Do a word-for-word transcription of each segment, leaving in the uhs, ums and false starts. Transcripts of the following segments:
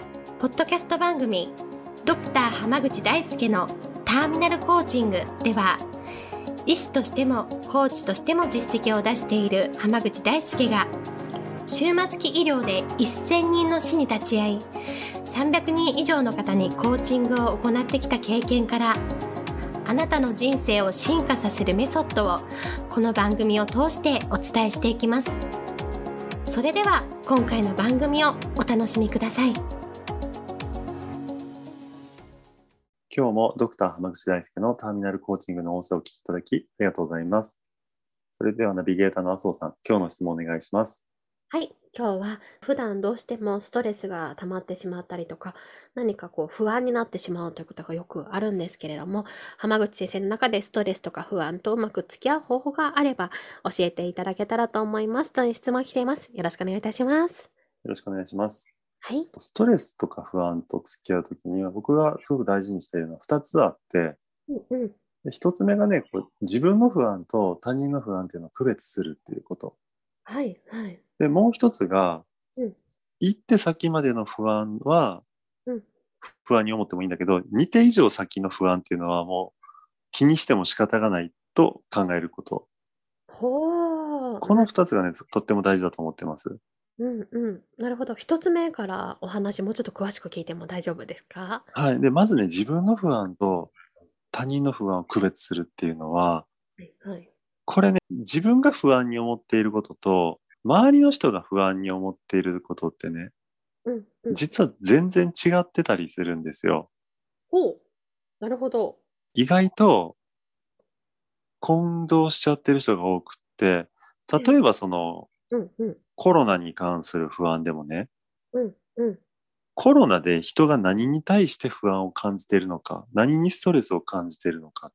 ポッドキャスト番組ドクター濱口大輔のターミナルコーチングでは、医師としてもコーチとしても実績を出している濱口大輔が終末期医療でせんにんの死に立ち会い、さんびゃくにん以上の方にコーチングを行ってきた経験から、あなたの人生を進化させるメソッドをこの番組を通してお伝えしていきます。それでは今回の番組をお楽しみください。 今日もドクター濱口大輔のターミナルコーチングの音声をお聞きいただきありがとうございます。それではナビゲーターの麻生さん、今日の質問をお願いします。 はい、今日は普段どうしてもストレスが溜まってしまったりとか、何かこう不安になってしまうということがよくあるんですけれども、濱口先生の中でストレスとか不安とうまく付き合う方法があれば教えていただけたらと思いますという質問が来ています。よろしくお願いいたします。 よろしくお願いします。 はい。 ストレスとか不安と付き合うときには、僕がすごく大事にしているのはふたつあって、 うんうん。 でひとつめがね、こう自分の不安と他人の不安っていうのを区別するっていうこと。 はいはい。 で、もう一つが、 うん。 一手先までの不安はうん。 不安に思ってもいいんだけど、に手以上先の不安っていうのはもう気にしても仕方がないと考えること。 ほー。 このな、 ふたつがね、とっても大事だと思ってます。 うんうん。なるほど。一つ目からお話もうちょっと詳しく聞いても大丈夫ですか？ はい。で、まずね、自分の不安と他人の不安を区別するっていうのは、 はいはい。 これね、自分が不安に思っていることと、周りの人が不安に思っていることってね、 うんうん。 実は全然違ってたりするんですよ。 ほう。なるほど。 意外と混同しちゃってる人が多くって、例えばそのうんうん。 コロナに関する不安でもね、 うんうん。 コロナで人が何に対して不安を感じているのか、何にストレスを感じているのかって、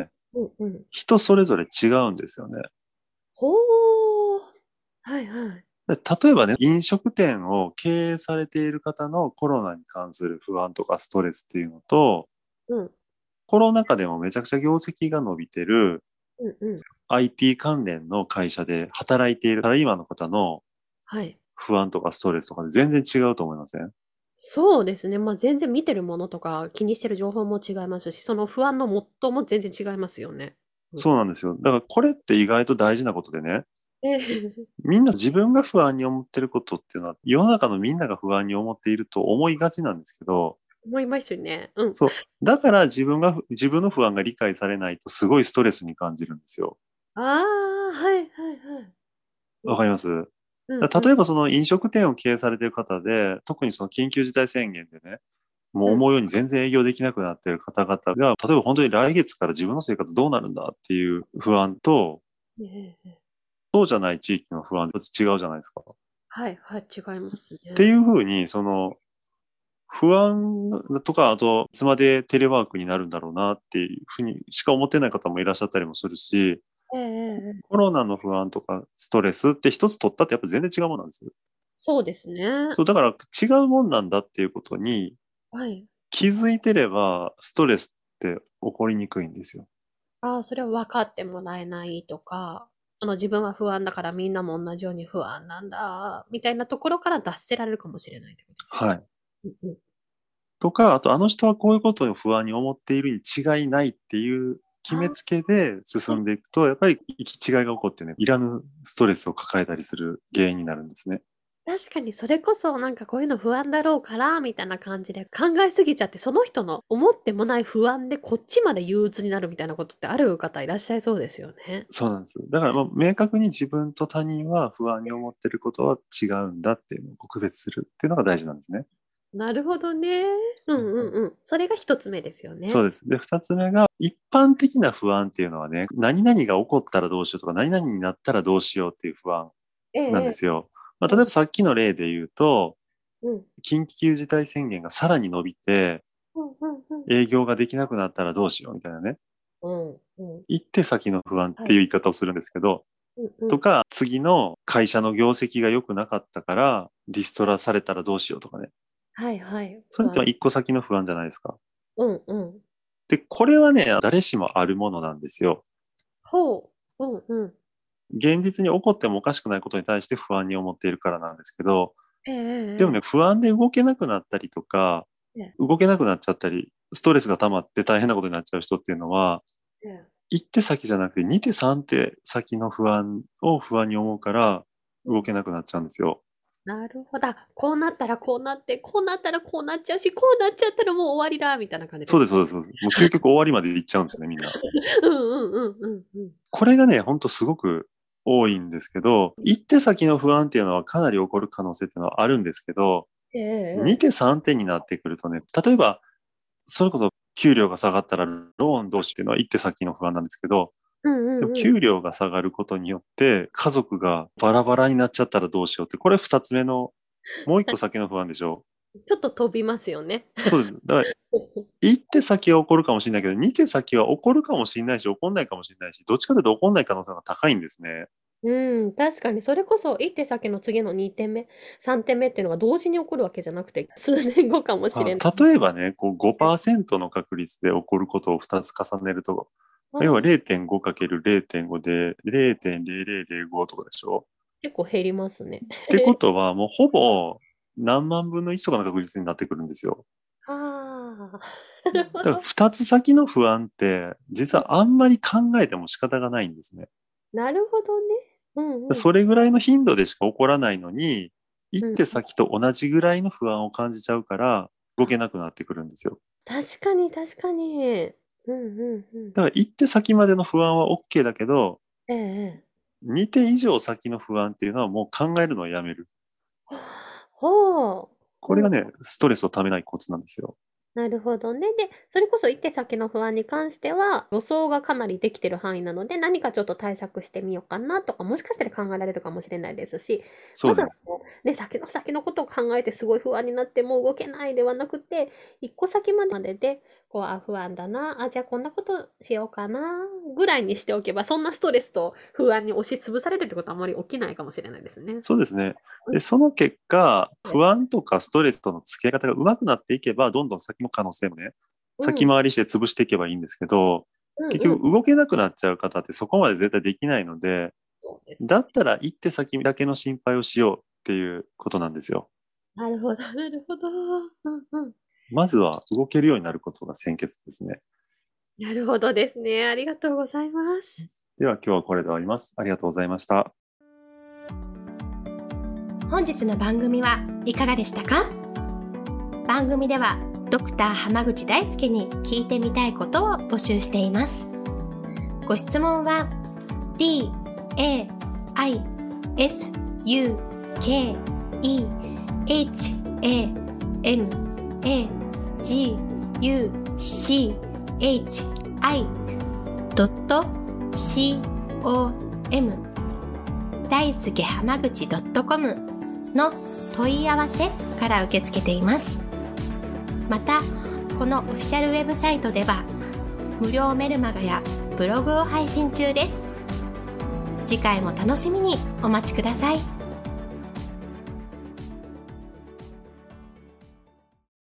うんうん。 人それぞれ違うんですよね。 ほう。はいはい。 で例えばね、飲食店を経営されている方のコロナに関する不安とかストレスっていうのと、 うん。 コロナ禍でもめちゃくちゃ業績が伸びてるうんうん。 アイティー 関連の会社で働いているサラリーマンの方のはい。 不安とかストレスとかで全然違うと思いません？ そうですね。まあ、全然見てるものとか気にしてる情報も違いますし、その不安のモットーも全然違いますよね。うん。 そうなんですよ。だからこれって意外と大事なことでね、 ええ。 みんな自分が不安に思ってることっていうのは世の中のみんなが不安に思っていると思いがちなんですけど、 思いますね。うん。 そう。だから自分が、自分の不安が理解されないとすごいストレスに感じるんですよ。 ああ、はいはいはい。うん。 わかります？ うんうん。 だ例えばその飲食店を経営されている方で、特にその緊急事態宣言でね、もううん。 思うように全然営業できなくなっている方々が、例えば本当に来月から自分の生活どうなるんだっていう不安と、 ええええ。 そうじゃない地域の不安と違うじゃないですか。っはいはい、違いますていね。 うふうに、その不安とか、あと、いつまでテレワークになるんだろうなっていうふうにしか思ってない方もいらっしゃったりもするし、 ええええええ。 コロナの不安とかストレスって一つ取ったってやっぱ全然違うもんなんですよ。 そうですね。 そう、だから違うもんなんだっていうことにはい。 気づいてれば、ストレスって起こりにくいんですよ。 ああ、それは分かってもらえないとか、その自分は不安だからみんなも同じように不安なんだ、みたいなところから脱せられるかもしれないってことですか？ はい。 うんうん。 とか、あとあの人はこういうことを不安に思っているに違いないっていう決めあつけであ、はい。 進んでいくと、やっぱり行き違いが起こってね、いらぬストレスを抱えたりする原因になるんですね。 確かにそれこそなんかこういうの不安だろうからみたいな感じで考えすぎちゃって、その人の思ってもない不安でこっちまで憂鬱になるみたいなことってある方いらっしゃいそうですよね。 そうなんです。だからもう明確に自分と他人は不安に思っていることは違うんだっていうのを区別するっていうのが大事なんですね。 なるほどね。うんうんうん。それが一つ目ですよね。 そうです。で、二つ目が、一般的な不安っていうのはね、何々が起こったらどうしようとか、何々になったらどうしようっていう不安ええなんええ。 ですよ。まあ、 うん、 例えばさっきの例で言うと、 うん。 緊急事態宣言がさらに伸びて、 うんうんうん。 営業ができなくなったらどうしようみたいなね。 うんうん。 一手先の不安っはい。 ていう言い方をするんですけど、 うんうん。 とか、次の会社の業績が良くなかったから、リストラされたらどうしようとかね。 はいはい。 それって不安。 一個先の不安じゃないですか。 うんうん。 で、これはね、誰しもあるものなんですよ。 ほう。うんうん。 現実に起こってもおかしくないことに対して不安に思っているからなんですけど、 ええでもね、不安で動けなくなったりとか、 ええ動けなくなっちゃったり、ストレスが溜まって大変なことになっちゃう人っていうのは、 ええ一手先じゃなくて二手三手先の不安を不安に思うから動けなくなっちゃうんですよ。 なるほど。こうなったらこうなって、こうなったらこうなっちゃうし、こうなっちゃったらもう終わりだみたいな感じでそうです、 すか？ そうです、そうです。もう究極終わりまで行っちゃうんですよね、みんな。 うんうんうんうんうん。 これがね、ほんとすごく多いんですけど、一手先の不安っていうのはかなり起こる可能性っていうのはあるんですけど、 ええええ。 二手三手になってくるとね、例えば、それこそ給料が下がったらローンどうしっていうのは一手先の不安なんですけど、 うんでもうんうん。 給料が下がることによって家族がバラバラになっちゃったらどうしようって、これ二つ目の、もう一個先の不安でしょ。 ちょっと飛びますよね。 そうです。だから、一手先は起こるかもしれないけど、二手先は起こるかもしれないし、起こんないかもしれないし、どっちかというと起こんない可能性が高いんですね。 うん、確かにそれこそ一手先の次のにてんめ、さんてんめっていうのが同時に起こるわけじゃなくて、数年後かもしれない。 あ、例えばね、こう ごパーセント の確率で起こることをふたつ重ねると、要はああ、 れいてんごかけるれいてんご で れいてんぜろぜろぜろごとかでしょ。 結構減りますね。 ってことは、もうほぼ何万分のいちとかの確率になってくるんですよ。 ああ、なるほだからど。 ふたつ先の不安って、実はあんまり考えても仕方がないんですね。 なるほどね。うんうん。 それぐらいの頻度でしか起こらないのに、一うん、 手先と同じぐらいの不安を感じちゃうから、動けなくなってくるんですよ。 確かに確かに。うんうんうん。 だから一手先までの不安は OK だけど、 ええええ。 に手以上先の不安っていうのはもう考えるのをやめる。 ほう。うん。 これがね、ストレスをためないコツなんですよ。 なるほどね。で、それこそ一手先の不安に関しては、予想がかなりできてる範囲なので、何かちょっと対策してみようかなとか、もしかしたら考えられるかもしれないですし、まずはそうです。 こう、ね、先の先のことを考えてすごい不安になってもう動けないではなくて、一個先までで、こう、あ、不安だな、あ、じゃあこんなことしようかな、ぐらいにしておけば、そんなストレスと不安に押しつぶされるってことはあまり起きないかもしれないですね。 そうですね。で、 うん。 その結果、不安とかストレスとの付き合い方が上手くなっていけば、どんどん先の可能性もね、 うん。 先回りして潰していけばいいんですけど、結うんうん。 局動けなくなっちゃう方ってそこまで絶対できないので、 そうですね。 だったら一手先だけの心配をしようっていうことなんですよ。 なるほど、なるほど。うんうん。 まずは動けるようになることが先決ですね。 なるほどですね。ありがとうございます。 では今日はこれで終わります。ありがとうございました。 本日の番組はいかがでしたか？番組ではドクター濱口大輔に聞いてみたいことを募集しています。ご質問は d a i s u k e h a m a g u c h i ドット com 大輔濱口 .com の問い合わせから受け付けています。また、このオフィシャルウェブサイトでは無料メルマガやブログを配信中です。次回も楽しみにお待ちください。